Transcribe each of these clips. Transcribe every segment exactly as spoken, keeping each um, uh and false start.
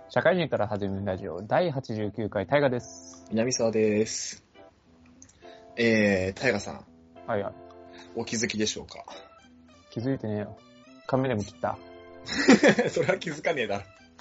社会人から始めるラジオだいはちじゅうきゅうかい、大河です。 南沢です。えー、大河さん。 はいはい。 お気づきでしょうか？ 気づいてねえよ。髪でも切った。 それは気づかねえだろ。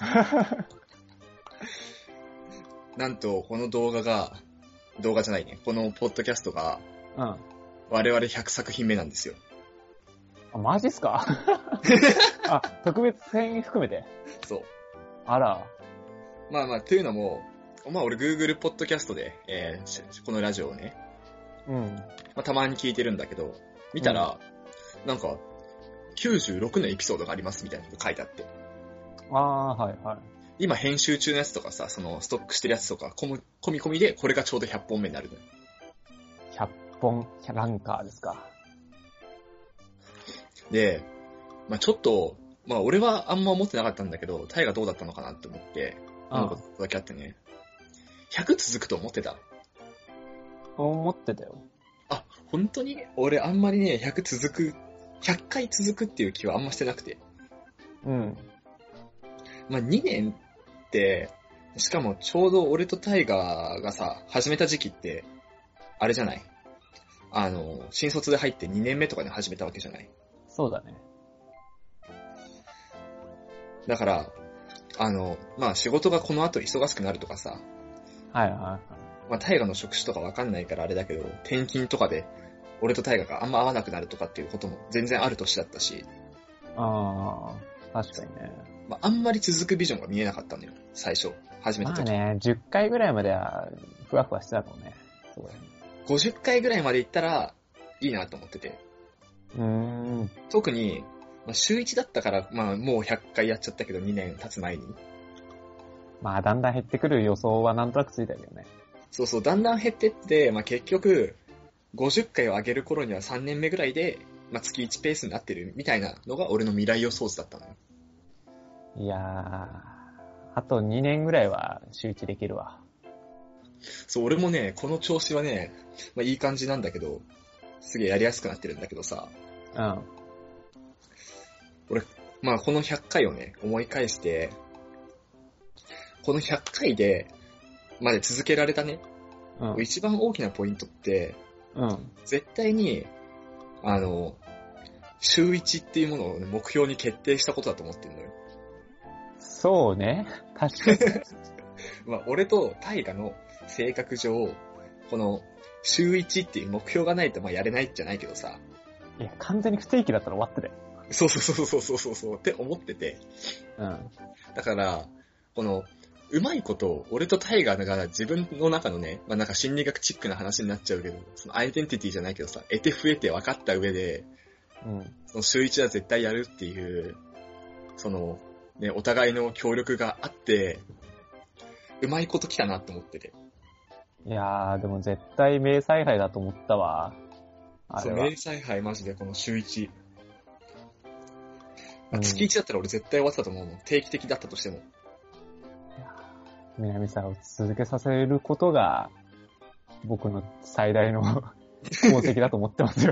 なんと、この動画が、動画じゃないね。このポッドキャストが、 うん。 我々ひゃくさくひんめなんですよ。 あ、マジっすか？あ、特別編含めて。 そう。 あら。 まあまあ、というのも、まあ俺 Google ポッドキャストで、えー、このラジオをね、 うん。 まあ、たまに聞いてるんだけど、見たら、うん、なんか、きゅうじゅうろくのエピソードがありますみたいなこと書いてあって。 あー、はいはい。 今編集中のやつとかさ、そのストックしてるやつとか、込み込みで、これがちょうどひゃっぽんめになるのよ。 ひゃっぽん、ランカーですか。 で、まあちょっと、まあ俺はあんま思ってなかったんだけど、タイがどうだったのかなって思って、思うことだけあってね。ひゃく続くと思ってた。 思ってたよ。 あ、本当に俺あんまりね、ひゃく続く、ひゃっかい続くっていう気はあんましてなくて。 うん。 まあにねんって、しかもちょうど俺とタイガーがさ、始めた時期って、あれじゃない？あの、新卒で入ってにねんめとかで始めたわけじゃない？ そうだね。 だから、あの、まあ仕事がこの後忙しくなるとかさ、 はいはいはい。 まあタイガの職種とかわかんないからあれだけど、転勤とかで、俺とタイガがあんま合わなくなるとかっていうことも全然ある年だったし、 あー、確かにね。 まああんまり続くビジョンが見えなかったのよ、最初、始めた時。 まあね、じゅっかいぐらいまでは、ふわふわしてたろうね。そうだね。 ごじゅっかいぐらいまで行ったら、いいなと思ってて。 うーん。 特に、まあ、週いちだったから、まあもうひゃっかいやっちゃったけど、にねん経つ前に。 まあ、だんだん減ってくる予想はなんとなくついたけどね。 そうそう、だんだん減ってって、まあ結局、ごじゅっかいを上げる頃にはさんねんめぐらいで、まあ月いちペースになってるみたいなのが俺の未来予想図だったのよ。 いやー、あとにねんぐらいは周知できるわ。 そう、俺もね、この調子はね、まあいい感じなんだけど、すげえやりやすくなってるんだけどさ、 うん。 俺、まあこのひゃっかいをね、思い返して、このひゃっかいで、まで続けられたね、 うん。 一番大きなポイントって、 うん。 絶対に、あの、週いちっていうものを、ね、目標に決定したことだと思ってるのよ。 そうね。確かに。 まあ、俺と大河の性格上、この、週いちっていう目標がないと、まあ、やれないじゃないけどさ。 いや、完全に不定期だったら終わってたよ。 そうそうそうそうそうそうそう、って思ってて。 うん。 だから、この、うまいこと、俺とタイガーが自分の中のね、まあなんか心理学チックな話になっちゃうけど、そのアイデンティティじゃないけどさ、得て増えて分かった上で、 うん。 その週一は絶対やるっていう、その、ね、お互いの協力があって、うまいこと来たなと思ってて。 いやー、でも絶対明細杯だと思ったわ。あそう、 れは。 明細杯マジでこの週一。 うん、 月一だったら俺絶対終わってたと思うもん。定期的だったとしても。 南さんを続けさせることが、僕の最大の功績だと思ってますよ。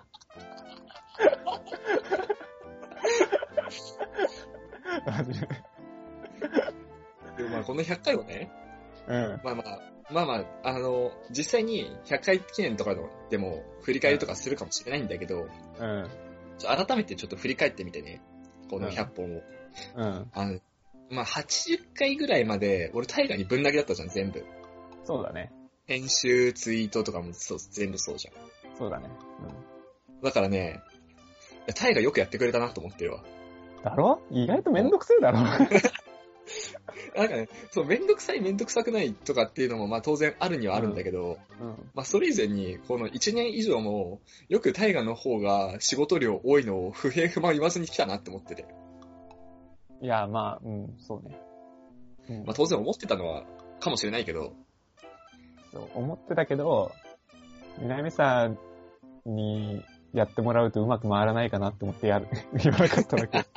でもまあこのひゃっかいをね、 うん。 まあまあ、まあまあ、あの、実際にひゃっかい記念とかでも振り返りとかするかもしれないんだけど、 うん。 ちょ改めてちょっと振り返ってみてね、このひゃっぽんを。 うん。 あの、まあはちじゅっかいぐらいまで、俺大河にぶん投げだったじゃん、全部。 そうだね。 編集、ツイートとかもそう、全部そうじゃん。 そうだね。 うん。だからね、タイがよくやってくれたなと思ってるわ。 だろ？意外とめんどくせえだろ。 なんかね、そう、めんどくさいめんどくさくないとかっていうのもまあ当然あるにはあるんだけど、 うん。 まあそれ以前に、このいちねん以上も、よくタイガの方が仕事量多いのを不平不満言わずに来たなって思ってて。 いや、まあ、うん、そうね。うん、 まあ当然思ってたのは、かもしれないけど、 そう思ってたけど、南さんにやってもらうとうまく回らないかなって思ってやる、言わなかっただけ。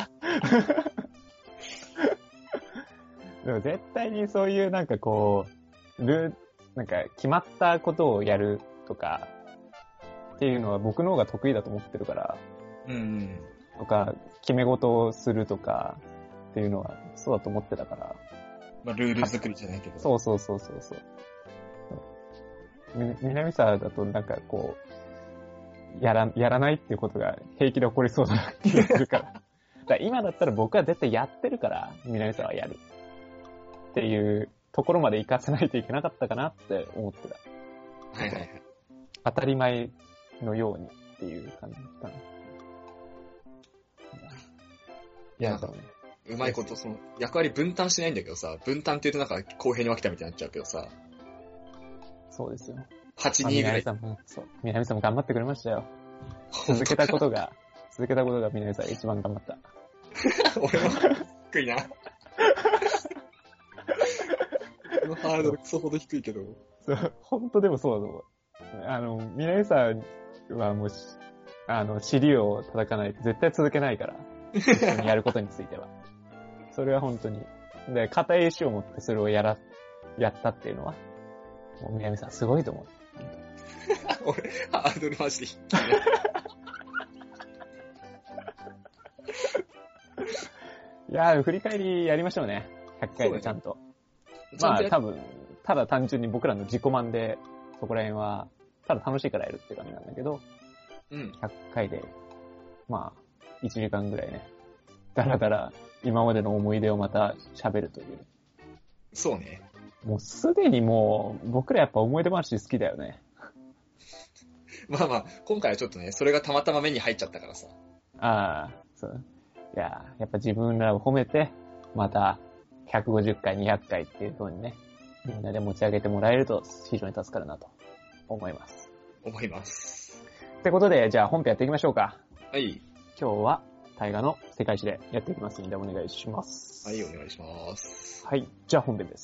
でも絶対にそういうなんかこう、ルー、なんか決まったことをやるとかっていうのは僕の方が得意だと思ってるから、 うん。 とか、決め事をするとかっていうのはそうだと思ってたから、 まあ、ルール作りじゃないけど。 そうそうそうそうそう。み南沢だとなんかこう、やら、やらないっていうことが平気で起こりそうな気がするから。だから今だったら僕は絶対やってるから、南沢はやる。っていうところまで行かせないといけなかったかなって思ってた。 はいはいはい。 当たり前のようにっていう感じかな。いや、なんか、うまいこと、その、役割分担しないんだけどさ、分担って言うとなんか公平に分けたみたいになっちゃうけどさ。 そうですよ。 はち、にぐらい。 南さんも、そう。南さんも頑張ってくれましたよ。続けたことが、続けたことが南さん一番頑張った。 俺は低いな。このハードルクソほど低いけど。 そう、本当でもそうだと思う。あの、南さんはもう、あの、尻を叩かないと絶対続けないから。一緒にやることについては。それは本当に。で、固い意志を持ってそれをやら、やったっていうのは、もう南さんすごいと思う。 俺、ハードルマジで低いな。 いやー、振り返りやりましょうね。ひゃっかいでちゃんと。まあ多分、ただ単純に僕らの自己満で、そこら辺は、ただ楽しいからやるって感じなんだけど、 うん。 ひゃっかいで、まあ、いちじかんぐらいね、だらだら今までの思い出をまた喋るという。 そうね。 もうすでにもう、僕らやっぱ思い出話好きだよね。 まあまあ、今回はちょっとね、それがたまたま目に入っちゃったからさ。 ああ、そう。いや、やっぱ自分らを褒めて、またひゃくごじゅっかい、にひゃっかいっていう風にね、みんなで持ち上げてもらえると非常に助かるなと思います。 思います。 ってことで、じゃあ本編やっていきましょうか。 はい。 今日は大河の世界史でやっていきますのでお願いします。 はい、お願いします。 はい、じゃあ本編です。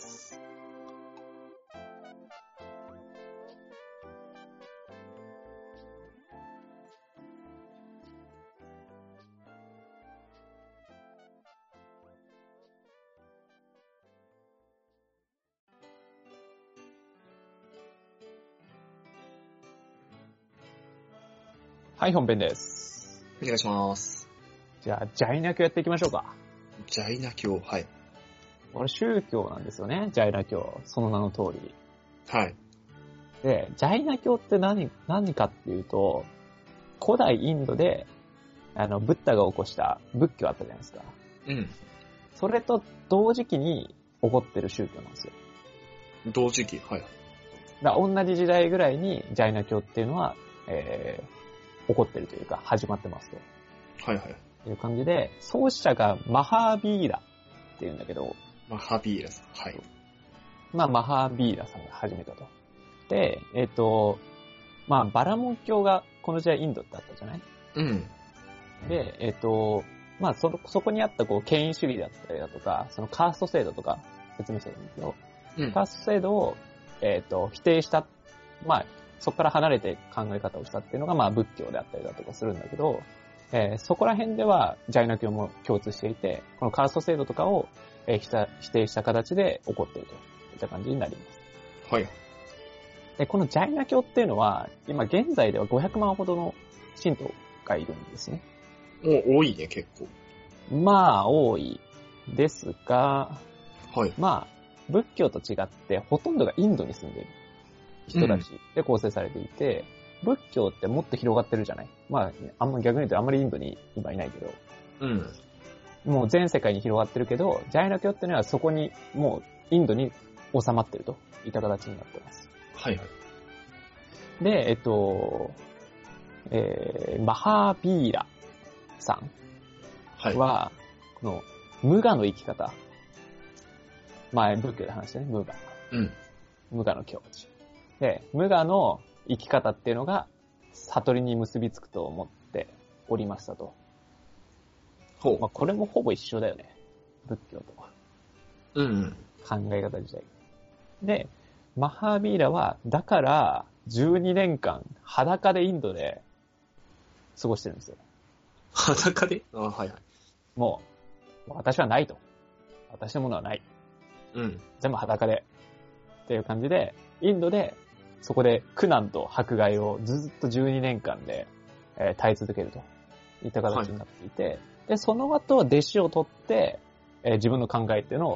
はい、本編です。 お願いします。 じゃあ、ジャイナ教やっていきましょうか。 ジャイナ教、はい。 これ宗教なんですよね、ジャイナ教。その名の通り。 はい。 で、ジャイナ教って何、何かっていうと、古代インドで、あの、ブッダが起こした仏教あったじゃないですか。 うん。 それと同時期に起こってる宗教なんですよ。 同時期、はい。 だから同じ時代ぐらいにジャイナ教っていうのは、えー、起こってるというか始まってますと。 はいはい。 という感じで、創始者がマハービーラっていうんだけど、 マハビーラさん、はい。 まあ、マハービーラさんが始めたと。で、えっと、まあ、バラモン教がこの時代インドってあったじゃない？ うん。 で、えっと、まあ、そ、そこにあったこう、権威主義だったりだとか、そのカースト制度とか説明してるんですけど、 うん。 カースト制度を、えっと、否定した、まあ、そこから離れて考え方をしたっていうのが、まあ、仏教であったりだとかするんだけど、えー、そこら辺では、ジャイナ教も共通していて、このカースト制度とかを、えー、否定した形で起こっているといった感じになります。 はい。 で、このジャイナ教っていうのは、今現在ではごひゃくまんほどの信徒がいるんですね。 もう多いね、結構。 まあ、多いですが、 はい。 まあ、仏教と違って、ほとんどがインドに住んでいる人たちで構成されていて、うん、仏教ってもっと広がってるじゃない？まあ、あんま逆に言うとあんまりインドに今いないけど、 うん。 もう全世界に広がってるけど、ジャイナ教っていうのはそこに、もうインドに収まってるといった形になってます。 はいはい。 で、えっと、えー、マハービーラさんは、はい、この無我の生き方。前仏教で話したね、無我。 うん。 無我の境地。で、無我の生き方っていうのが悟りに結びつくと思っておりましたと。 ほう。 まあ、これもほぼ一緒だよね。仏教とは。 うんうん。 考え方自体。で、マハービーラは、だから、じゅうにねんかん裸でインドで過ごしてるんですよ。 裸で？あ、はいはい。 もう、私はないと。私のものはない。 うん。 全部裸で。っていう感じで、インドで、そこで苦難と迫害をずっとじゅうにねんかんで、えー、耐え続けるといった形になっていて、はい、で、その後弟子を取って、えー、自分の考えっていうのを、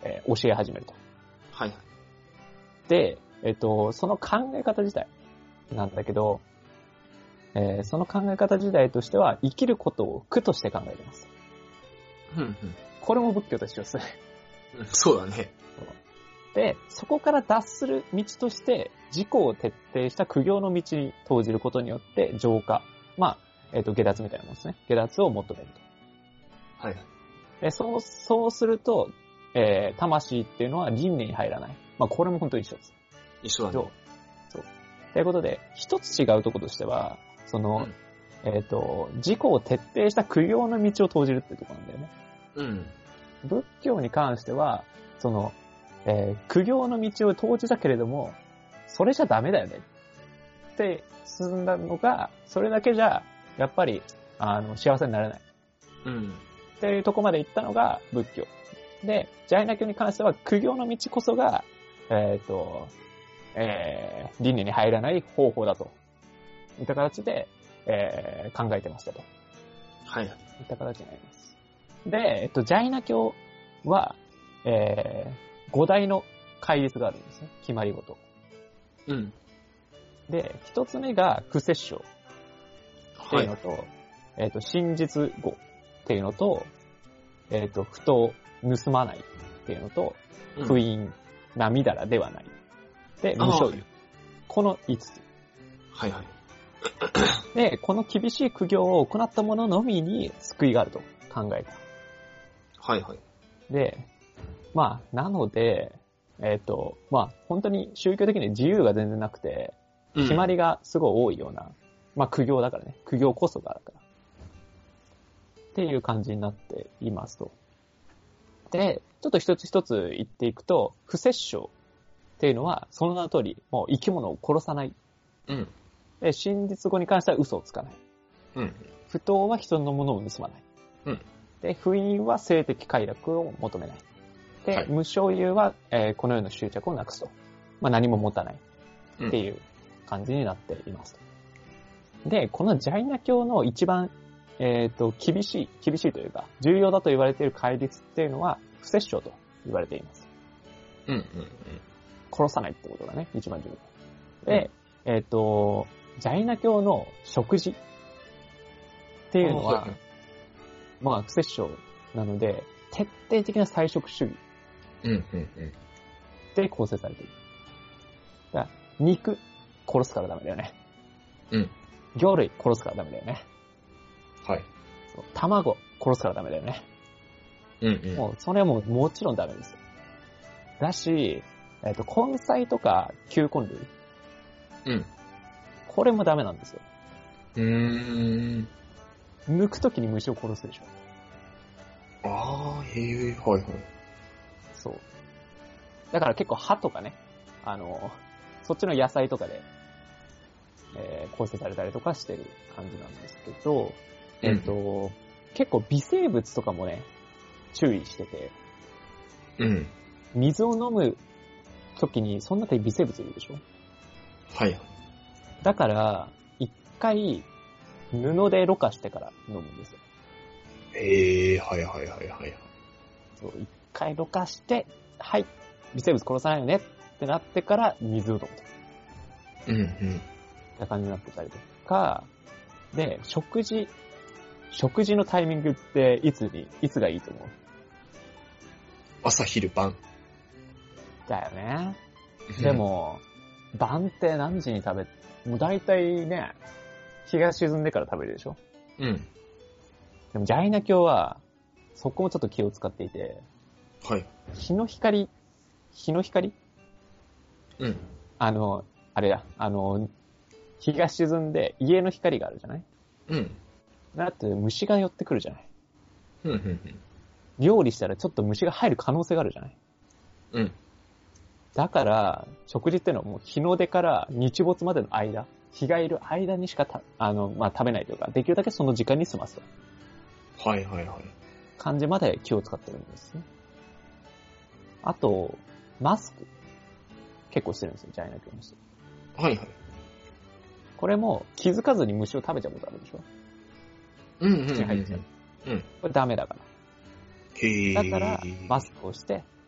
えー教え始めると。 はいはい。 で、えっと、その考え方自体なんだけど、えーその考え方自体としては、生きることを苦として考えています。 うんうんこれも仏教と一緒です。 うん。そうだね。 で、そこから脱する道として、自己を徹底した苦行の道に投じることによって、浄化。まあ、えっと、下脱みたいなもんですね。下脱を求めると。 はいはい。 で、そう、そうすると、えー、魂っていうのは輪廻に入らない。まあ、これも本当に一緒です。 一緒だね。 そう。ということで、一つ違うところとしては、その、うん、えっと、自己を徹底した苦行の道を投じるっていうところなんだよね。 うん。 仏教に関しては、その、えー、苦行の道を投じたけれども、それじゃダメだよね。って進んだのが、それだけじゃ、やっぱり、あの、幸せになれない。 うん。 っていうとこまで行ったのが仏教。で、ジャイナ教に関しては苦行の道こそが、えっと、えー、輪廻に入らない方法だと。いった形で、えー、考えてましたと。 はい。 いった形になります。で、えっと、ジャイナ教は、えー、五大の戒律があるんですね。決まり事。 うん。 で、一つ目が不殺生っていうのと、はい、えっと、真実語っていうのと、えっと、不当、盗まないっていうのと、 うん、 不淫、涙らではない。で、無所有。この五つ。 はいはい。 で、この厳しい苦行を行った者のみに救いがあると考えた。 はいはい。 で、まあ、なので、えっと、まあ、本当に宗教的に自由が全然なくて、決まりがすごい多いような、うん、まあ、苦行だからね。苦行こそがだから。っていう感じになっていますと。で、ちょっと一つ一つ言っていくと、不殺生っていうのは、その名の通り、もう生き物を殺さない。 うん。 で、真実語に関しては嘘をつかない。 うん。 不当は人のものを盗まない。 うん。 で、不淫は性的快楽を求めない。で、はい、無所有は、えー、この世の執着をなくすと。まあ、何も持たない。っていう感じになっていますと。うん、で、このジャイナ教の一番、えっと、厳しい、厳しいというか、重要だと言われている戒律っていうのは、不殺生と言われています。 うんうんうん。 殺さないってことがね、一番重要。で、うん、えっと、ジャイナ教の食事っていうのは、まあ、不殺生なので、徹底的な菜食主義。 うんうんうん。 で構成されている。だから肉、殺すからダメだよね。 うん。 魚類、殺すからダメだよね。 はい。 そう卵、殺すからダメだよね。 うんうん。 もう、それはもう、もちろんダメですよ。だし、えっと、根菜とか球根類。 うん。 これもダメなんですよ。 うーん。 剥くときに虫を殺すでしょ。 ああ、へえ、はいはい。 そう。だから結構歯とかね、あの、そっちの野菜とかで、えー、構成されたりとかしてる感じなんですけど、うん、えっと、結構微生物とかもね、注意してて、 うん。 水を飲む時に、その中に微生物いるでしょ？ はい。 だから、一回、布でろ過してから飲むんですよ。 へえ、はいはいはいはい。 そう、一回ろ過して、はい、微生物殺さないよねってなってから水を飲むと。 うんうん。 って感じになってたりとか、で、食事、食事のタイミングっていつに、いつがいいと思う？ 朝昼晩。 だよね。でも、晩って何時に食べ、もう大体ね、日が沈んでから食べるでしょ？ うん。 でもジャイナ教は、そこもちょっと気を使っていて、 はい。 日の光、日の光？ うん。 あの、あれだ、あの、日が沈んで家の光があるじゃない？ うん。 だって虫が寄ってくるじゃない？ うん、うん、うん。 料理したらちょっと虫が入る可能性があるじゃない？ うん。 だから、食事っていうのはもう日の出から日没までの間、日がいる間にしかた、あの、まあ、食べないというか、できるだけその時間に済ますと。 はいはいはい。 感じまで気を使ってるんですね。あと、マスク。結構してるんですよ、ジャイナ教の人。 はいはい。 これも気づかずに虫を食べちゃうことあるでしょ？ うんうんうん、うん。 口に入っちゃう。 うん。 これダメだから。 へー。 だから、マスクをして、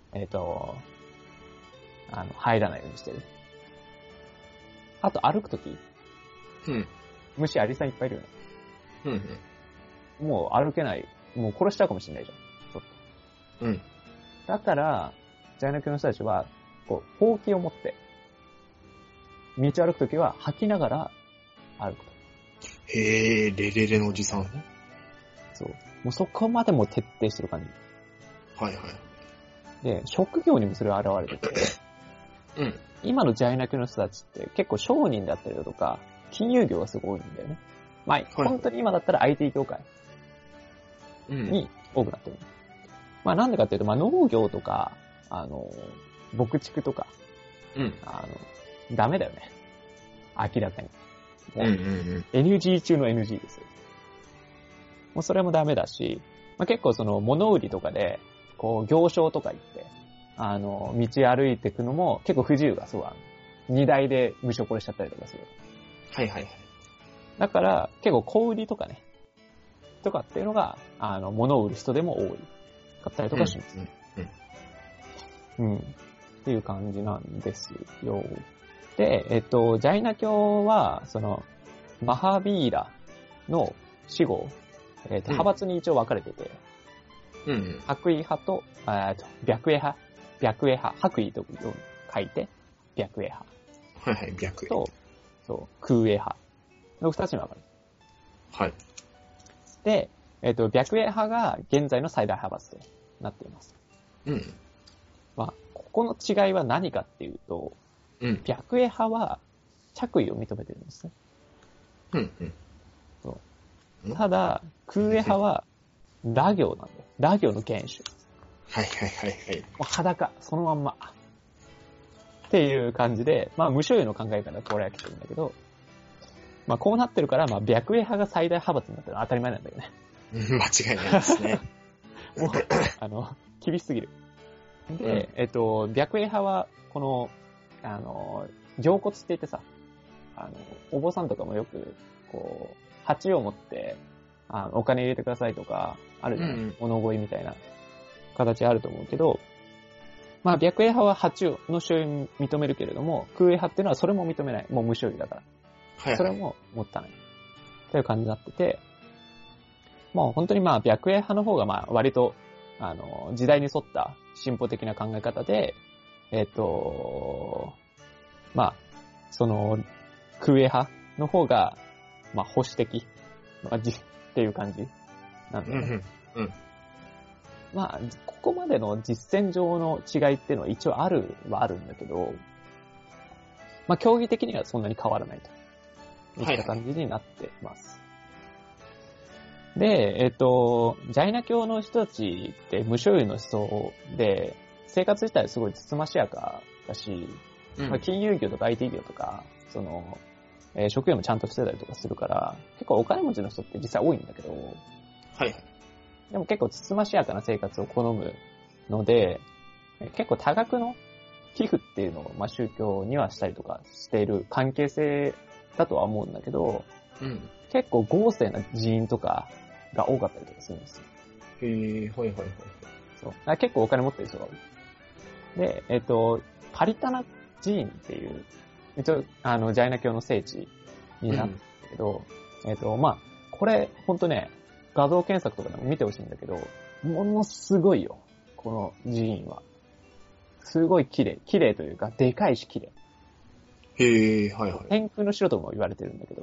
えっ、と、あの、入らないようにしてる。あと歩くとき、 うん。 虫アリさんいっぱいいるよね。 うんうん。 もう歩けない。もう殺しちゃうかもしれないじゃん。ちょっと。 うん。 だから、ジャイナ教の人たちは、こう、ほうきを持って、道を歩くときは吐きながら歩くと。 へえ、レレレのおじさん。 そう。もうそこまでも徹底してる感じ。 はいはい。 で、職業にもそれが現れてて、 うん。 今のジャイナ教の人たちって結構商人だったりだとか、金融業がすごい多いんだよね。まあ、本当に今だったら アイティー 業界に多くなってる。まあなんでかっていうと、まあ農業とか、あの、牧畜とか、 うん。 あの、ダメだよね。明らかに。もう、 うんうんうん。 エヌジー 中の エヌジー ですよ。もうそれもダメだし、まあ結構その物売りとかで、こう行商とか行って、あの、道歩いていくのも結構不自由がすごいある。荷台で虫を殺しちゃったりとかする。 はいはいはい。だだから結構小売りとかね、とかっていうのが、あの、物を売る人でも多い。かったりとかします。うん、うん。うん。っていう感じなんですよ。で、えっと、ジャイナ教は、その、マハビーラの死後、えっと、派閥に一応分かれてて、 うんうん。 白衣派と、えっと、白衣派、白衣派、白衣と書いて、白衣派。 はいはい、白衣。 と、そう、空衣派の二つに分かれる。 はい。 で、えっと、白衣派が現在の最大派閥となっています。 うん。 まあ、ここの違いは何かっていうと、 うん。 白衣派は着衣を認めてるんですね。 うんうん。 そうただ、空衣派は裸行なんだよ。裸行の原種。 はいはいはいはい。 もう裸、そのまんま。っていう感じで、まあ無所有の考えからこれは来てるんだけど、まあこうなってるから、まあ白衣派が最大派閥になってるのは当たり前なんだよね。 間違いないですね。 もう、あの、厳しすぎる。で、 うんえっと、白衣派は、この、あの、行骨って言ってさ、あの、お坊さんとかもよく、こう、鉢を持って、あの、お金入れてくださいとか、あるじゃない、うんうん、物乞いみたいな形あると思うけど、まあ、白衣派は鉢の所有に認めるけれども、空衣派っていうのはそれも認めない。もう無所有だから。はいはい、それも持たない。という感じになってて、もう本当にまあ、白衣派の方がまあ、割と、あの、時代に沿った進歩的な考え方で、えっと、まあ、その、空衣派の方が、まあ、保守的、まあ、じっていう感じなんだよね。うんうん、まあ、ここまでの実践上の違いっていうのは一応あるはあるんだけど、まあ、競技的にはそんなに変わらないと。いった感じになっています。はいはい、で、えっと、ジャイナ教の人たちって無所有の思想で、生活自体すごいつつましやかだし、うんまあ、金融業とか アイティー 業とか、その、えー、職業もちゃんとしてたりとかするから、結構お金持ちの人って実際多いんだけど、はいはい。でも結構つつましやかな生活を好むので、結構多額の寄付っていうのを、まあ、宗教にはしたりとかしている関係性だとは思うんだけど、うん、結構豪勢な寺院とかが多かったりとかするんですよ。 へー、はいはいはい。 そう結構お金持ってる人が多い。で、えっと、パリタナ寺院っていう、一応、あの、ジャイナ教の聖地になってるけど、うん、えっと、まあ、これ、ほんとね、画像検索とかでも見てほしいんだけど、ものすごいよ、この寺院は。すごい綺麗。綺麗というか、でかいし綺麗。 へー、はいはい。 天空の城とも言われてるんだけど。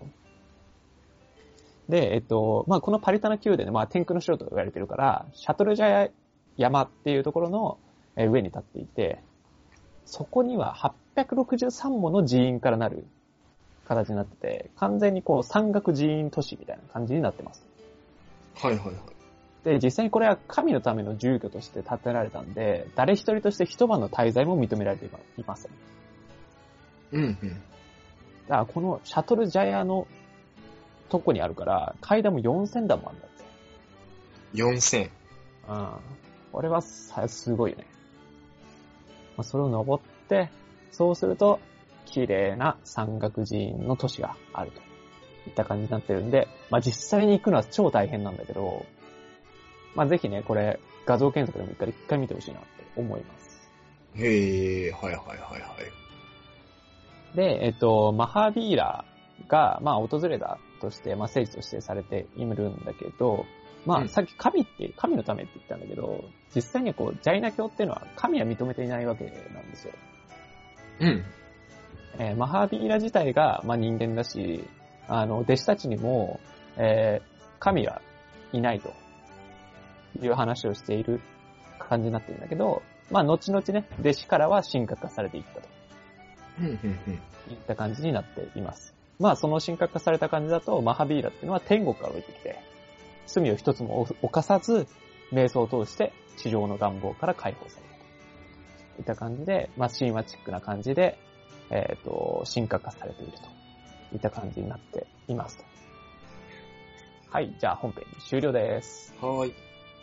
で、えっと、まあ、このパリタナ宮殿で、まあ、天空の城と言われてるから、シャトルジャ山っていうところの上に立っていて、そこにははっぴゃくろくじゅうさんもの寺院からなる形になってて、完全にこう山岳寺院都市みたいな感じになってます。 はいはいはい。 で、実際にこれは神のための住居として建てられたんで、誰一人として一晩の滞在も認められていません。 うんうん。 だからこのシャトルジャヤのとこにあるから、階段もよんせんだんもあるんだって。 よんせん。 うん。これはさ、すごいよね。まあ、それを登って、そうすると、綺麗な山岳寺院の都市があるといった感じになってるんで、まあ、実際に行くのは超大変なんだけど、まあ、ぜひね、これ、画像検索でも一回一回見てほしいなって思います。 へえ、はいはいはいはい。 で、えっと、マハビーラが、まあ、訪れたとして、まあ、聖地としてされているんだけど、まあ、 うん、 さっき神って、神のためって言ったんだけど、実際にはこう、ジャイナ教っていうのは神は認めていないわけなんですよ。 うん。 えーマハビーラ自体が、まあ、人間だし、あの、弟子たちにも、えー神はいないという話をしている感じになってるんだけど、まあ、後々ね、弟子からは神格化されていったとうん、うん、うん。 いった感じになっています。まあ、その神格化された感じだと、マハビーラっていうのは天国から降りてきて、罪を一つも犯さず、瞑想を通して地上の願望から解放されるといった感じで、まあ、神話チックな感じで、えっと、神格化されているといった感じになっていますと。はい、じゃあ本編終了です。 はーい。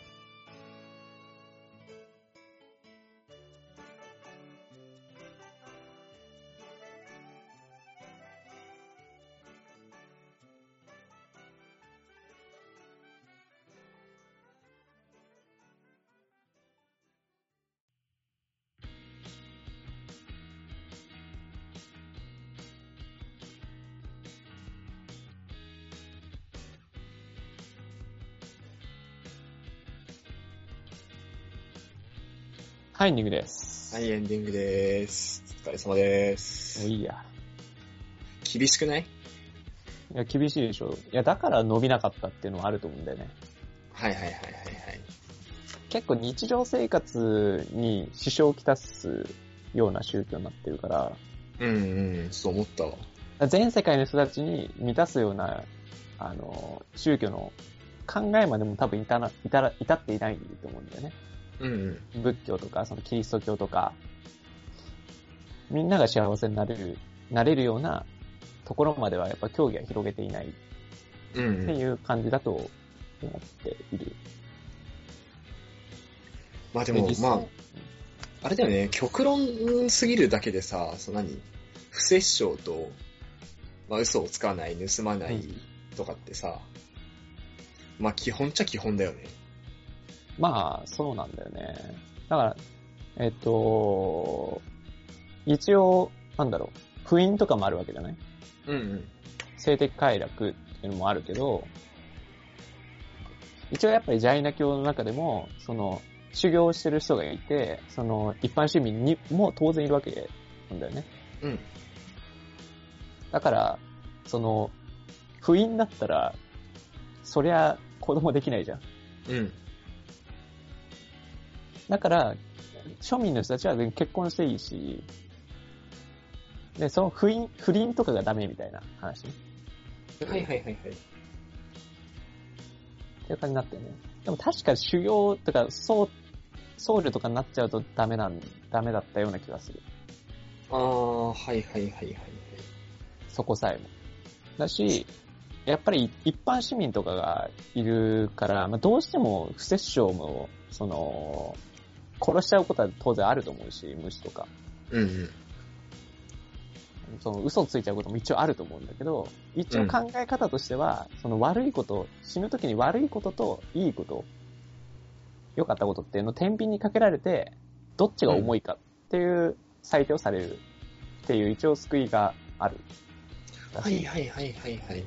はい、ニグです。 はい、エンディングでーす。お疲れ様でーもうす。 いいや。 厳しくない？ いや、厳しいでしょ。いや、だから伸びなかったっていうのはあると思うんだよね。 はいはいはいはいはい。 結構日常生活に支障をきたすような宗教になってるから、 うんうん、そう思ったわ。 全世界の人たちに満たすような、あの、宗教の考えまでも多分至な、至ら、至っていないと思うんだよね。 うんうん。 仏教とか、そのキリスト教とか、みんなが幸せになれる、なれるようなところまではやっぱ教義は広げていないっうんうん。 ていう感じだと思っている。 まあでも、まあ、あれだよね、極論すぎるだけでさ、その何不殺生と、まあ嘘をつかない、盗まないとかってさ、うん、まあ基本っちゃ基本だよね。 まあ、そうなんだよね。だから、えっと、一応、なんだろう、封印とかもあるわけじゃない？ うんうん。 性的快楽っていうのもあるけど、一応やっぱりジャイナ教の中でも、その、修行してる人がいて、その、一般市民にも当然いるわけなんだよね。 うん。 だから、その、封印だったら、そりゃ子供できないじゃん。 うん。 だから、庶民の人たちは結婚していいし、で、その不倫、不倫とかがダメみたいな話ね。 はいはいはいはい。 っていう感じになってるね。でも確か修行とか、僧、僧侶とかになっちゃうとダメなん、ダメだったような気がする。 ああ、はいはいはいはいはい。 そこさえも。だし、やっぱり一般市民とかがいるから、まあ、どうしても不殺生も、その、殺しちゃうことは当然あると思うし、虫とか。 うんうん。 その嘘ついちゃうことも一応あると思うんだけど、一応考え方としては、うん、その悪いこと、死ぬ時に悪いことといいこと、良かったことっていうのを天秤にかけられて、どっちが重いかっていう裁定をされるっていう一応救いがある。 はいはいはいはいはい。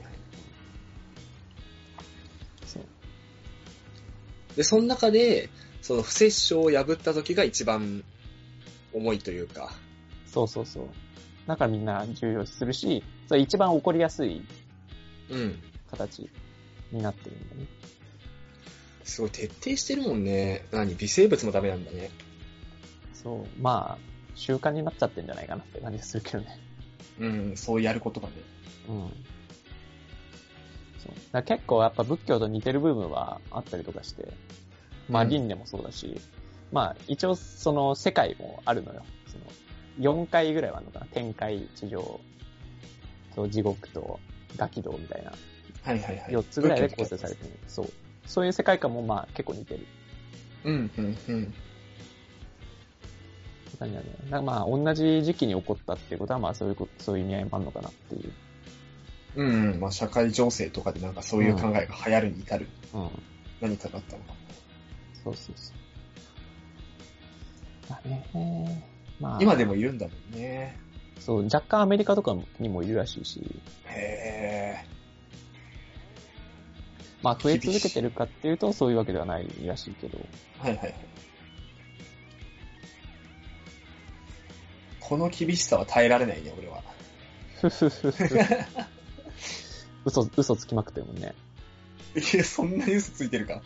そう。 で、その中で、その不殺生を破った時が一番重いというか。 そうそうそう。だからみんな重要視するし、それ一番起こりやすい形になってるんだね。 うん、すごい徹底してるもんね。何？微生物もダメなんだね。 そう。まあ、習慣になっちゃってんじゃないかなって感じがするけどね。 うん、そうやることがね。 うん。そう。だ結構やっぱ仏教と似てる部分はあったりとかして、まあ輪廻もそうだし、うん、まあ一応その世界もあるのよ。そのよんかいぐらいはあるのかな。天界、地上、と地獄とガキ道みたいな。 はいはいはい。 よっつぐらいで構成されてる。そう。そういう世界観もまあ結構似てる。 うん、うん、うん。 感じだね。だからまあ同じ時期に起こったっていうことはまあそういうこと、そういう意味合いもあるのかなっていう。 うん、うん、まあ社会情勢とかでなんかそういう考えが流行るに至る。うん。何かだったのかな。 そうそうそう。だね。 まあ、 今でもいるんだもんね。 そう、若干アメリカとかにもいるらしいし、 へまあ増え続けてるかっていうとそういうわけではないらしいけど。 ー。はいはいはい。この厳しさは耐えられないね、俺は。 ふふふふ。嘘、嘘つきまくってるもんね。 いや、そんなに嘘ついてるか。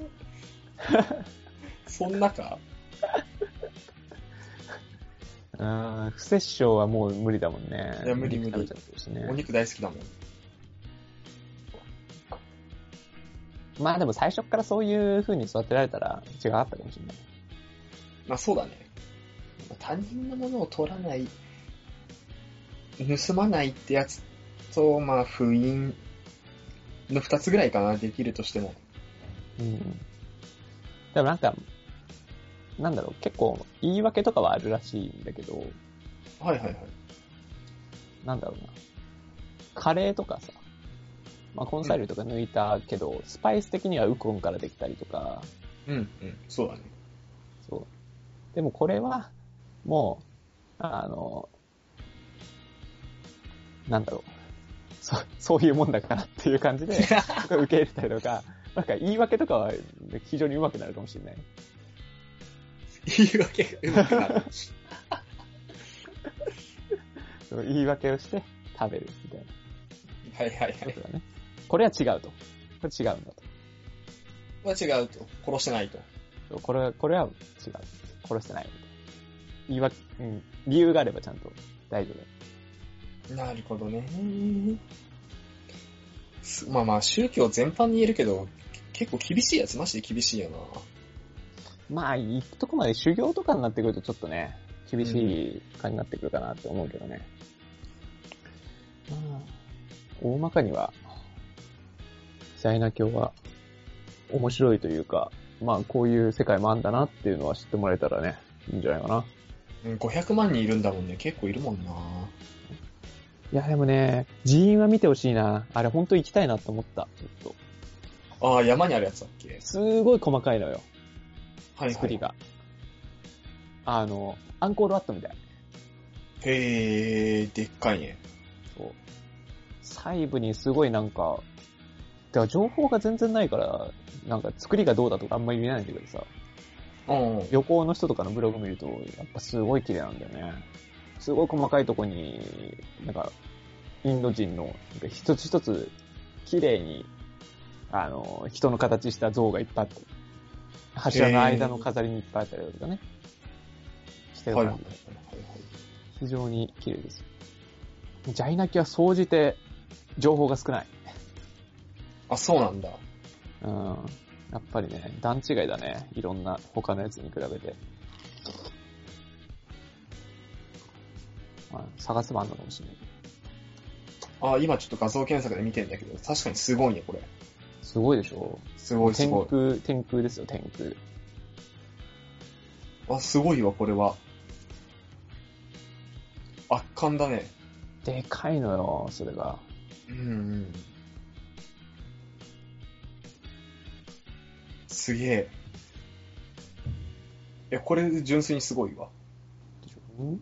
そんなか。 うん、不摂生はもう無理だもんね。 いや無理無理お肉食べちゃってるしね。 お肉大好きだもん。 まあでも最初からそういう風に育てられたら違かったかもしれない。 まあそうだね。他人のものを取らない、盗まないってやつと、まあ封印の二つぐらいかな、できるとしても。 うん。でもなんか、なんだろう、結構言い訳とかはあるらしいんだけど、 はいはいはい。 なんだろうな。カレーとかさ、まあ根菜類とか抜いたけど、うん、スパイス的にはウコンからできたりとか。 うんうん、そうだね。 そう。でもこれは、もう、あの、なんだろう。そう、そういうもんだからっていう感じで、受け入れたりとか、なんか言い訳とかは非常に上手くなるかもしれない。 言い訳が上手くなる。 言い訳をして食べるみたいな。 はいはいはい。 ね、これは違うと。これ違うんだと。 これは違うと。殺してないと。 これは、これは違う。殺してないみたいな。言い訳、うん、理由があればちゃんと大丈夫。なるほどね。まあまあ宗教全般に言えるけど、結構厳しいやつマジで厳しいよな。 まあ、行くとこまで修行とかになってくるとちょっとね、厳しい感じになってくるかなって思うけどね。うん、大まかには、ジャイナ教は面白いというか、まあこういう世界もあんだなっていうのは知ってもらえたらね、いいんじゃないかな。 ごひゃくまん人いるんだもんね。結構いるもんな。 いやでもね、寺院は見てほしいな。あれほんと行きたいなと思った。ちょっと。ああ、山にあるやつだっけ？ すごい細かいのよ。 はい、はい。 作りが。あの、アンコールワットみたい。 へー、でっかいね。 そう。細部にすごいなんか、てか情報が全然ないから、なんか作りがどうだとかあんまり見えないんだけどさ。 うん。 旅行の人とかのブログ見ると、やっぱすごい綺麗なんだよね。すごい細かいとこに、なんか、インド人の一つ一つ綺麗に、あの、人の形した像がいっぱいあって、柱の間の飾りにいっぱいあったりとかね。してる感じで、はいはいはいはい、非常に綺麗です。ジャイナキは総じて情報が少ない。 あ、そうなんだ。 うん。やっぱりね、段違いだね。いろんな他のやつに比べて。まあ、探せばあんのかもしれない。 あ、今ちょっと画像検索で見てんだけど、確かにすごいね、これ。 すごいでしょ？ すごいすごい。 天空、天空ですよ、天空。 あ、すごいわ、これは。圧巻だね。 でかいのよ、それが。 うんうん。すげえ。いや、これ純粋にすごいわ。 ん？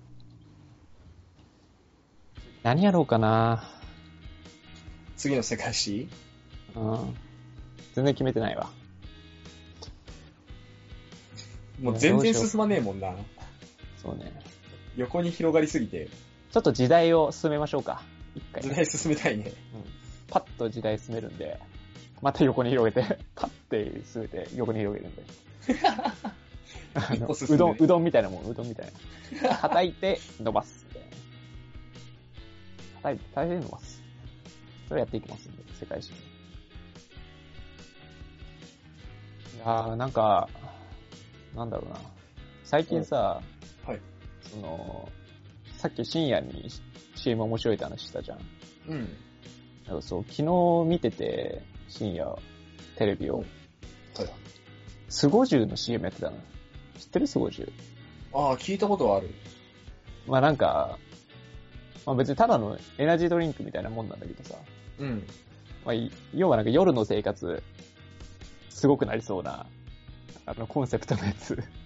何やろうかな。 次の世界史？ うん。全然決めてないわ。 もう全然進まねえもんな。 そうね。 横に広がりすぎて。 ちょっと時代を進めましょうか。一回。 時代進めたいね。 うん。パッと時代進めるんで、また横に広げて、パッて進めて横に広げるんで。あのうどん、うどんみたいなもん、うどんみたいな。叩いて伸ばす。叩いて、叩いて伸ばす。それやっていきますんで、世界史。いやー、なんか、なんだろうな。最近さ、 はい。 その、さっき深夜に シーエム 面白いって話したじゃん。 うん。 なんかそう、昨日見てて、深夜、テレビを。はい。スゴジュウの シーエム やってたの。知ってるスゴジュウ？ ああ、聞いたことはある。 まあなんか、まあ別にただのエナジードリンクみたいなもんなんだけどさ。 うん。 まあ、要はなんか夜の生活、すごくなりそうな、あの、コンセプトのやつ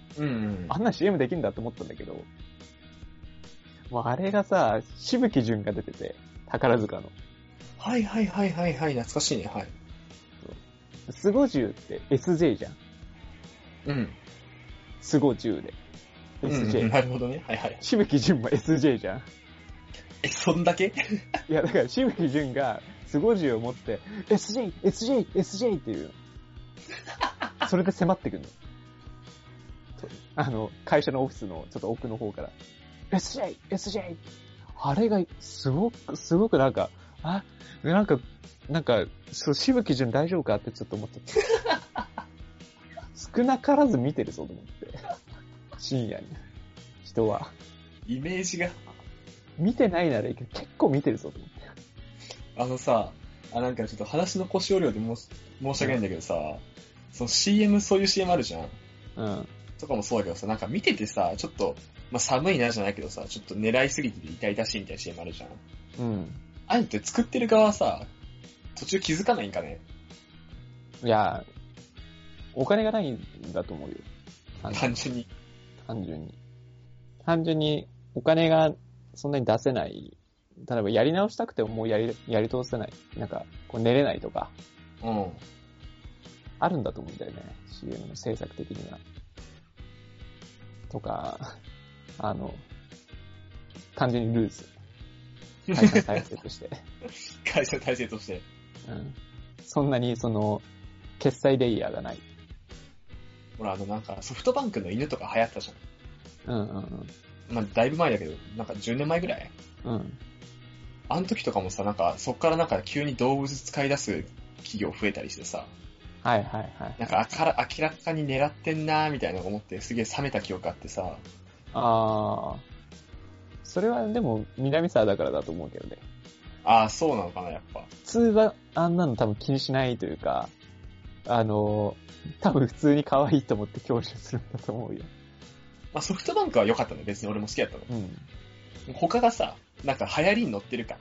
うんうん。 あんな シーエム できるんだって思ったんだけど、もうあれがさ、しぶきじゅんが出てて、宝塚の。 はいはいはいはいはい、懐かしいね、はい。 スゴジュウって エスジェー じゃん。 うん。 スゴジュウで。エスジェー。 うん、なるほどね。はいはい。 しぶきじゅんも エスジェー じゃん。 え、そんだけいや、だからしぶきじゅんがスゴジュウを持って、エスジェー、エスジェー、エスジェー っていう。それで迫ってくるの。あの、会社のオフィスのちょっと奥の方から、エスジェー、エスジェー。あれが、すごく、すごくなんか、あ、なんか、なんか、そう、しぶきじゅん大丈夫かってちょっと思っちゃった。少なからず見てるぞと思って。深夜に。人は。 イメージが。 見てないならいいけど、結構見てるぞと思って。 あのさ、あ、なんかちょっと話の腰折るようで申し申し訳ないんだけどさ、うん、その シーエム、そういう シーエム あるじゃん。 うん。 とかもそうだけどさ、なんか見ててさ、ちょっと、まあ、寒いなじゃないけどさ、ちょっと狙いすぎてて痛々しいみたいな シーエム あるじゃん。 うん。 ああいうのって作ってる側はさ、途中気づかないんかね。 いや、お金がないんだと思うよ。 単純に。 単純に。単純に、お金がそんなに出せない。例えばやり直したくてももうやり、やり通せない。なんか、こう寝れないとか。 うん。 あるんだと思うんだよね。シーエム の制作的には。とか、あの、単純にルーズ。会社の体制として。 会社の体制として。 うん。そんなに、その、決済レイヤーがない。 ほら、あの、なんか、ソフトバンクの犬とか流行ったじゃん。うんうんうん。 まあ、だいぶ前だけど、なんかじゅうねんまえぐらいうん。 あの時とかもさ、なんか、そっからなんか急に動物使い出す企業増えたりしてさ。 はいはいはい。 なんか、あから、明らかに狙ってんなーみたいなのを思って、すげえ冷めた記憶あってさ。 あー。それはでも、南沢だからだと思うけどね。 ああ、そうなのかな、やっぱ。 普通はあんなの多分気にしないというか、あの、多分普通に可愛いと思って享受するんだと思うよ。 まあ、ソフトバンクは良かったの、別に俺も好きだったの。 うん。 他がさ、なんか流行りに乗ってるから。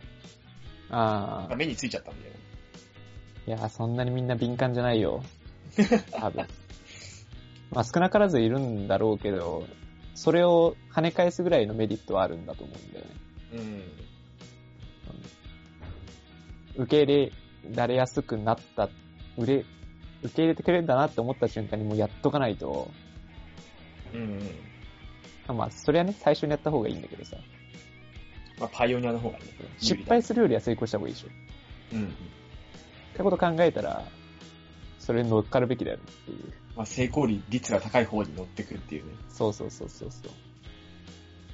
ああ。 目についちゃったんだよね。 いや、そんなにみんな敏感じゃないよ。多分。まあ少なからずいるんだろうけど、それを跳ね返すぐらいのメリットはあるんだと思うんだよね。うん。受け入れられやすくなった、売れ、受け入れてくれるんだなって思った瞬間にもうやっとかないと、 うんうん。 まあ、それはね、最初にやった方がいいんだけどさ。 まあ、パイオニアの方がね。 失敗するよりは成功した方がいいでしょ。 うん。 ってこと考えたら、それに乗っかるべきだよねっていう。 まあ、成功率が高い方に乗ってくっていうね。 そうそうそうそうそう。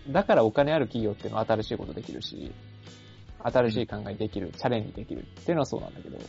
だからお金ある企業っていうのは新しいことできるし、新しい考えできる、うん、チャレンジできるっていうのはそうなんだけど、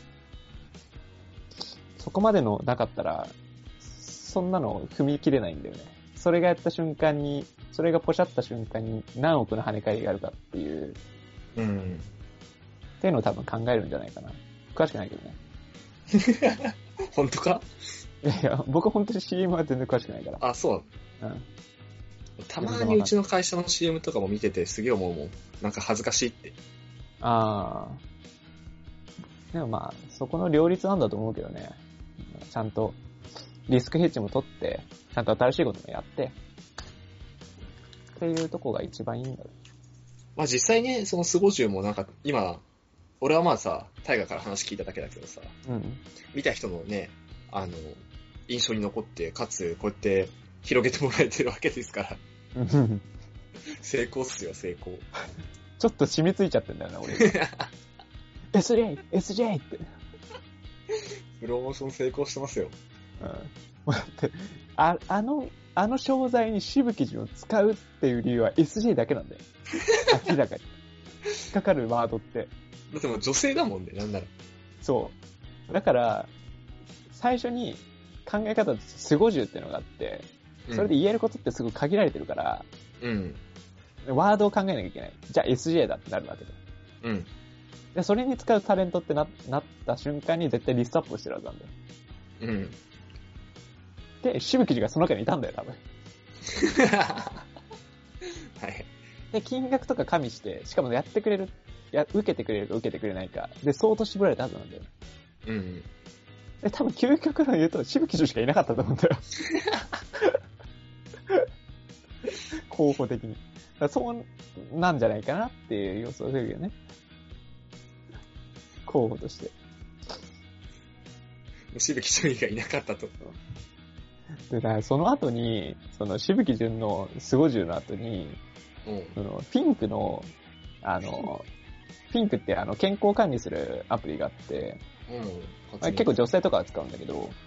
そこまでのなかったら、そんなの踏み切れないんだよね。それがやった瞬間に、それがポシャった瞬間に何億の跳ね返りがあるかっていう、 うん。 っていうのを多分考えるんじゃないかな。詳しくないけどね。 本当か？ いやいや、僕本当に シーエム は全然詳しくないから。 あ、そう。うん。たまにうちの会社の シーエム とかも見ててすげえ思うもん。なんか恥ずかしいって。 ああ。でもまあ、そこの両立なんだと思うけどね。ちゃんとリスクヘッジも取って、ちゃんと新しいこともやって、っていうとこが一番いいんだろう。 まあ実際ね、そのスゴジュウもなんか今、俺はまあさ、タイガーから話聞いただけだけどさ、 うん、 見た人のね、あの、印象に残って、かつこうやって広げてもらえてるわけですから。成功っすよ、成功。 ちょっと染みついちゃってんだよな、俺。エスジェー! エスジェー! って。 プロモーション成功してますよ。 うん。だって、あ、あの、あの商材にしぶきじゅんを使うっていう理由は エスジェー だけなんだよ。明らかに。引っかかるワードって。 だってもう女性だもんね、なんなら。 そう。だから、最初に考え方とスゴジュウっていうのがあって、それで言えることってすごい限られてるから、 うん。 ワードを考えなきゃいけない。じゃあ エスジェー だってなるわけで。 うん。 で、それに使うタレントってな、なった瞬間に絶対リストアップしてるはずなんだよ。 うん。 で、しぶきじがその中にいたんだよ、多分。 はい。 で、金額とか加味して、しかもやってくれる、や、受けてくれるか受けてくれないか。で、相当絞られたはずなんだよ。 うん。 で、多分究極の言うと、しぶきじしかいなかったと思うんだよ。 候補的に。だからそうなんじゃないかなっていう予想するよね。候補として。 渋木純がいなかったと。 で、だからその後に、その渋木純のスゴジュの後に、 うん。 そのピンクの、あの、ピンクってあの健康管理するアプリがあって、 うん。 あれ結構女性とかは使うんだけど、 はいはい。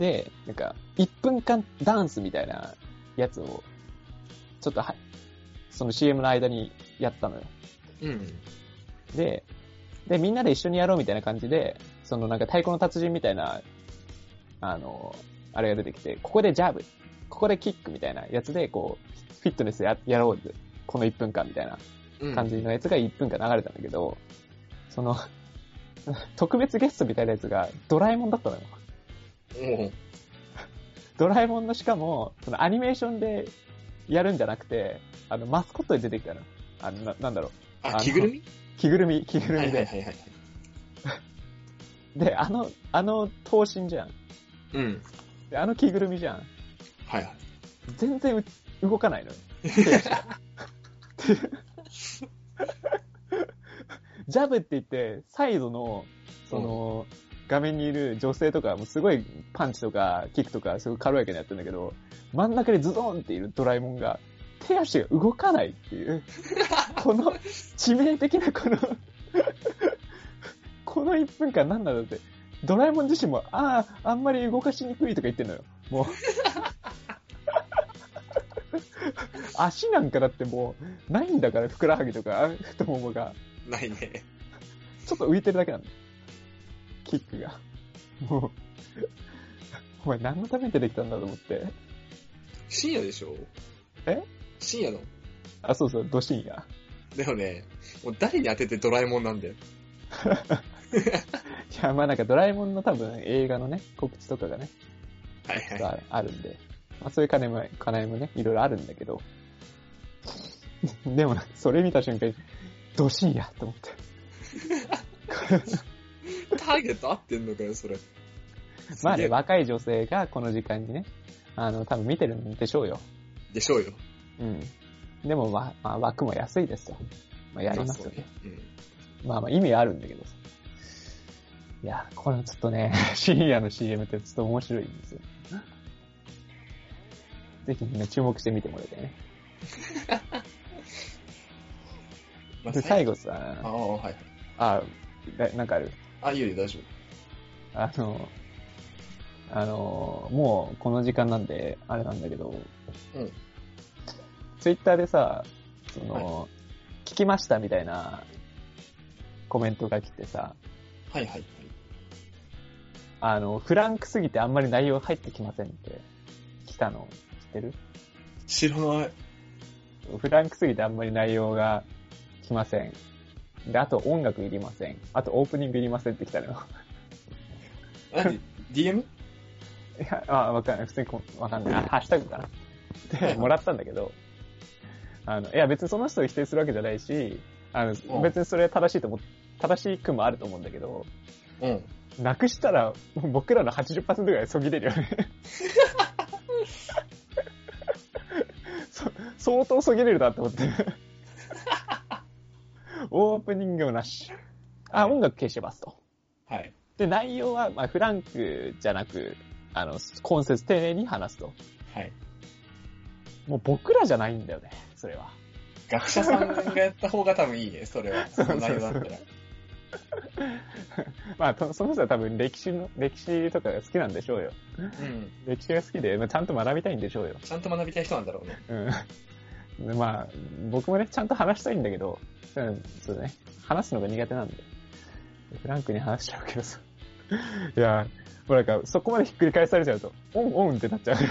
で、なんか、いっぷんかんダンスみたいなやつを、ちょっとは、その シーエム の間にやったのよ。 うん。 で、で、みんなで一緒にやろうみたいな感じで、そのなんか太鼓の達人みたいな、あの、あれが出てきて、ここでジャブ、ここでキックみたいなやつで、こう、フィットネスや、やろうぜ。このいっぷんかんみたいな感じのやつがいっぷんかん流れたんだけど、その、特別ゲストみたいなやつがドラえもんだったのよ。 おう。 ドラえもんのしかも、そのアニメーションでやるんじゃなくて、あの、マスコットで出てきたの。あの、な、なんだろう。 あ、着ぐるみ着ぐるみ、着ぐるみで。 はいはいはいはい。 で、あの、あの頭身じゃん。 うん。 で、あの着ぐるみじゃん。 はいはい。 全然動かないのよ。ジャブって言って、サイドの、その、画面にいる女性とかもすごいパンチとかキックとかすごい軽やかにやってるんだけど、真ん中でズドンっているドラえもんが、手足が動かないっていう、この致命的なこのこのいっぷんかん何なんだって、ドラえもん自身も、ああ、あんまり動かしにくいとか言ってんのよ。もう。足なんかだってもう、ないんだから、ふくらはぎとか、太ももが。 ないね。 ちょっと浮いてるだけなんだ。キックが。もう、お前何のために出てきたんだと思って。 深夜でしょ？ え？ 深夜の？ あ、そうそう、ド深夜。 でもね、もう誰に当ててドラえもんなんだよ。 いや、まあなんかドラえもんの多分映画のね、告知とかがね、 はいはい。 あるんで、まあそういう金も、金もね、いろいろあるんだけど、でもそれ見た瞬間に、ド深夜と思って。 ターゲット合ってんのかよ、それ。 まあね、若い女性がこの時間にね、あの、多分見てるんでしょうよ。 でしょうよ。 うん。でも、まあ、まあ、枠も安いですよ。まあ、やりますよね。うん、まあまあ、意味あるんだけどさ。いや、これちょっとね、深夜の シーエム ってちょっと面白いんですよ。ぜひみんな注目してみてもらいたいね。で、最後さ、 ああ、はい。 あ、なんかある？ あ、いいよ、大丈夫。あの、あの、もうこの時間なんで、あれなんだけど、 うん。 ツイッターでさ、その、 はい、 聞きましたみたいなコメントが来てさ、 はいはいはい。 あの、フランクすぎてあんまり内容入ってきませんって来たの知ってる？ 知らない。 フランクすぎてあんまり内容が来ません。で、あと音楽いりません。あとオープニングいりませんって来たのよ。 何？ ディーエム？ いや、あ、わかんない。普通にこわかんない。あ、ハッシュタグかな。で、もらったんだけど、あの、いや別にその人を否定するわけじゃないし、あの、別にそれは正しいと思う、正しくもあると思うんだけど、 うん。 なくしたら、僕らの はちじゅっパーセント ぐらいそぎれるよね。相当そぎれるなって思って。オープニングもなし。あ、音楽消してますと。 はい。 で、内容は、まあ、フランクじゃなく、あの、今節丁寧に話すと。 はい。 もう僕らじゃないんだよね、それは。 学者さんがやった方が多分いいね、それは。その内容だったら。 まあ、その人は多分歴史の、歴史とかが好きなんでしょうよ。 うん。 歴史が好きで、まあ、ちゃんと学びたいんでしょうよ。 ちゃんと学びたい人なんだろうね。 うん。まあ、僕もね、ちゃんと話したいんだけど、うん、そうだね。話すのが苦手なんで。フランクに話しちゃうけどさ。いや、もうなんか、そこまでひっくり返されちゃうと、オンオンってなっちゃう。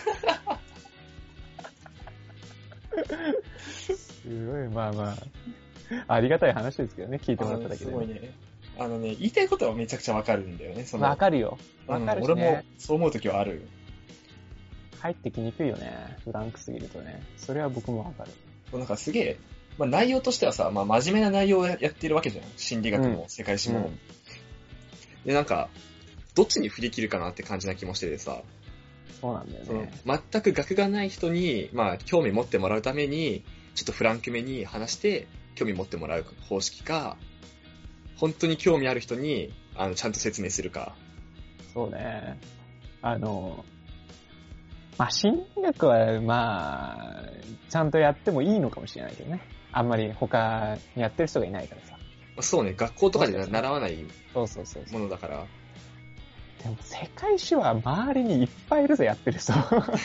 すごい、まあまあ、ありがたい話ですけどね、聞いてもらっただけで、ね。 すごいね。あのね、言いたいことはめちゃくちゃわかるんだよね、その。 わかるよ。わかるし、ね、 うん、俺もそう思うときはある。 入ってきにくいよね、フランクすぎるとね。それは僕もわかる。 なんかすげえ、まあ内容としてはさ、まあ真面目な内容をやってるわけじゃん。心理学も世界史も。うん、で、なんか、どっちに振り切るかなって感じな気もしててさ。 そうなんだよそのね。 全く学がない人に、まあ、興味持ってもらうために、ちょっとフランクめに話して、興味持ってもらう方式か、本当に興味ある人に、あの、ちゃんと説明するか。 そうね。あの、まあ、心理学は、まあ、ちゃんとやってもいいのかもしれないけどね。あんまり他にやってる人がいないからさ。 そうね、学校とかで習わないそうそうそうそう。 ものだから。 でも世界史は周りにいっぱいいるぜ、やってる人。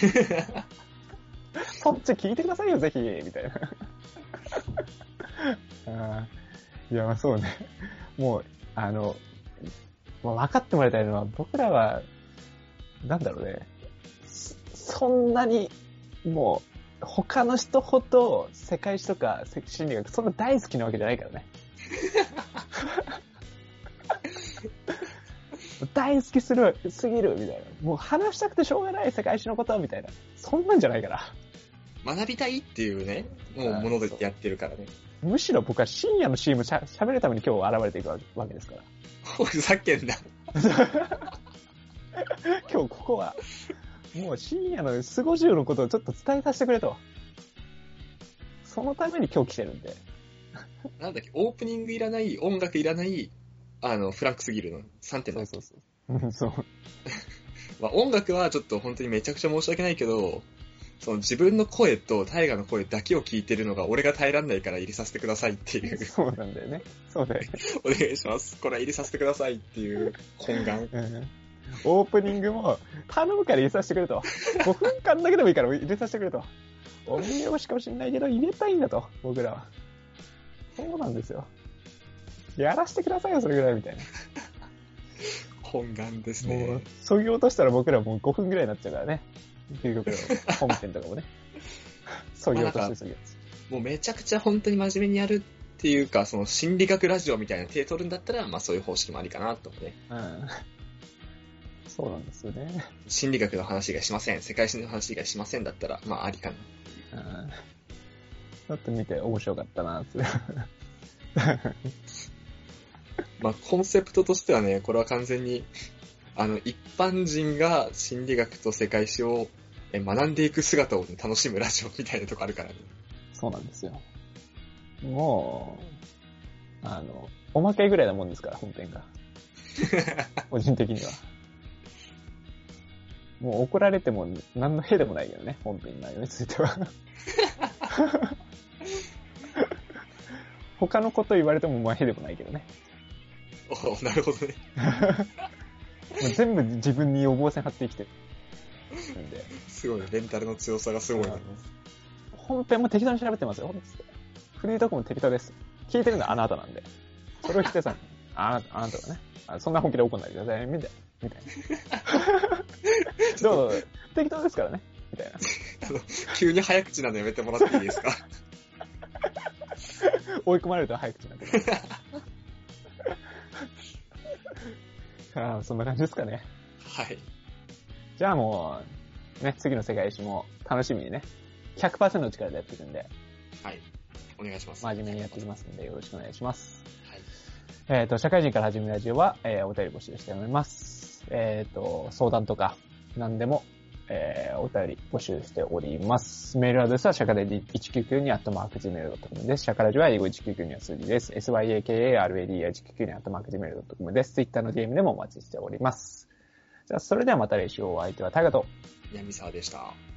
そっち聞いてくださいよ、ぜひ、みたいな。あいや、まあそうね。もう、あの、もう分かってもらいたいのは、僕らは、なんだろうね。そんなに、もう、他の人ほど世界史とか心理学そんな大好きなわけじゃないからね。大好きする、すぎる、みたいな。もう話したくてしょうがない世界史のことみたいな。そんなんじゃないから。 学びたいっていうね、もうものでやってるからね。 むしろ僕は深夜の シーエム しゃ喋るために今日現れていくわけですから。 おい、ふざけんな。 今日ここは、もう深夜のスゴジュウのことをちょっと伝えさせてくれと。そのために今日来てるんで。 なんだっけ、オープニングいらない、音楽いらない、あの、フランクすぎるの。さんてんだっけ。 そうそうそう。そう。 まあ音楽はちょっと本当にめちゃくちゃ申し訳ないけど、その自分の声とタイガの声だけを聞いてるのが俺が耐えらんないから入れさせてくださいっていう。 そうなんだよね。そうだよね。 お願いします。これは入れさせてくださいっていう懇願。 うん、オープニングも頼むから入れさせてくれと。ごふんかんだけでもいいから入れさせてくれと。お見よしかもしれないけど入れたいんだと、僕らは。そうなんですよ。やらせてくださいよ、それぐらいみたいな。 本願ですね。 もう、そぎ落としたら僕らもうごふんぐらいになっちゃうからね。究極の本編とかもね。そぎ落としてすぎる。 もうめちゃくちゃ本当に真面目にやるっていうか、その心理学ラジオみたいな手取るんだったら、まあそういう方式もありかなと思うね。 うん。そうなんですよね。 心理学の話がしません。世界史の話がしませんだったら、まあありかな。 うん。だって見て面白かったな、って。 まあコンセプトとしてはね、これは完全に、あの、一般人が心理学と世界史を学んでいく姿を、ね、楽しむラジオみたいなとこあるからね。 そうなんですよ。もう、あの、おまけぐらいなもんですから、本編が。個人的には。もう怒られても何のへでもないけどね、本編の内容については。他のこと言われてもまあへでもないけどね。 おなるほどね。 もう全部自分に予防線張って生きてるんで。 すごい、レンタルの強さがすごいな。 本編も適当に調べてますよ。フリートークも適当です。聞いてるのはあなたなんで。それを否定さん、あなた、あなたがね。そんな本気で怒んないでください。みたいな。みたいな。どうぞ、適当ですからね。みたいな。 急に早口なのやめてもらっていいですか？ 追い込まれると早口になってくる。ああ、そんな感じですかね。 はい。 じゃあもう、ね、次の世界史も楽しみにね、ひゃくパーセント の力でやっていくんで。 はい。お願いします。 真面目にやっていきますんで、よろしくお願いします。 はい。 えっと、社会人から始めるラジオは、えー、お便り募集しております。えっと、相談とか、何でも、えー、お便り募集しております。メールアドレスは、シャカレディいちきゅうきゅうにアットマークジーメールドットコム です。シャカラジは英語いちきゅうきゅうには数字です。エスワイエーケーエーアールエーディーいちきゅうきゅうにアットマークジーメールドットコム です。Twitter の ディーエム でもお待ちしております。じゃあ、それではまた来週お相手はタイガと、 闇沢でした。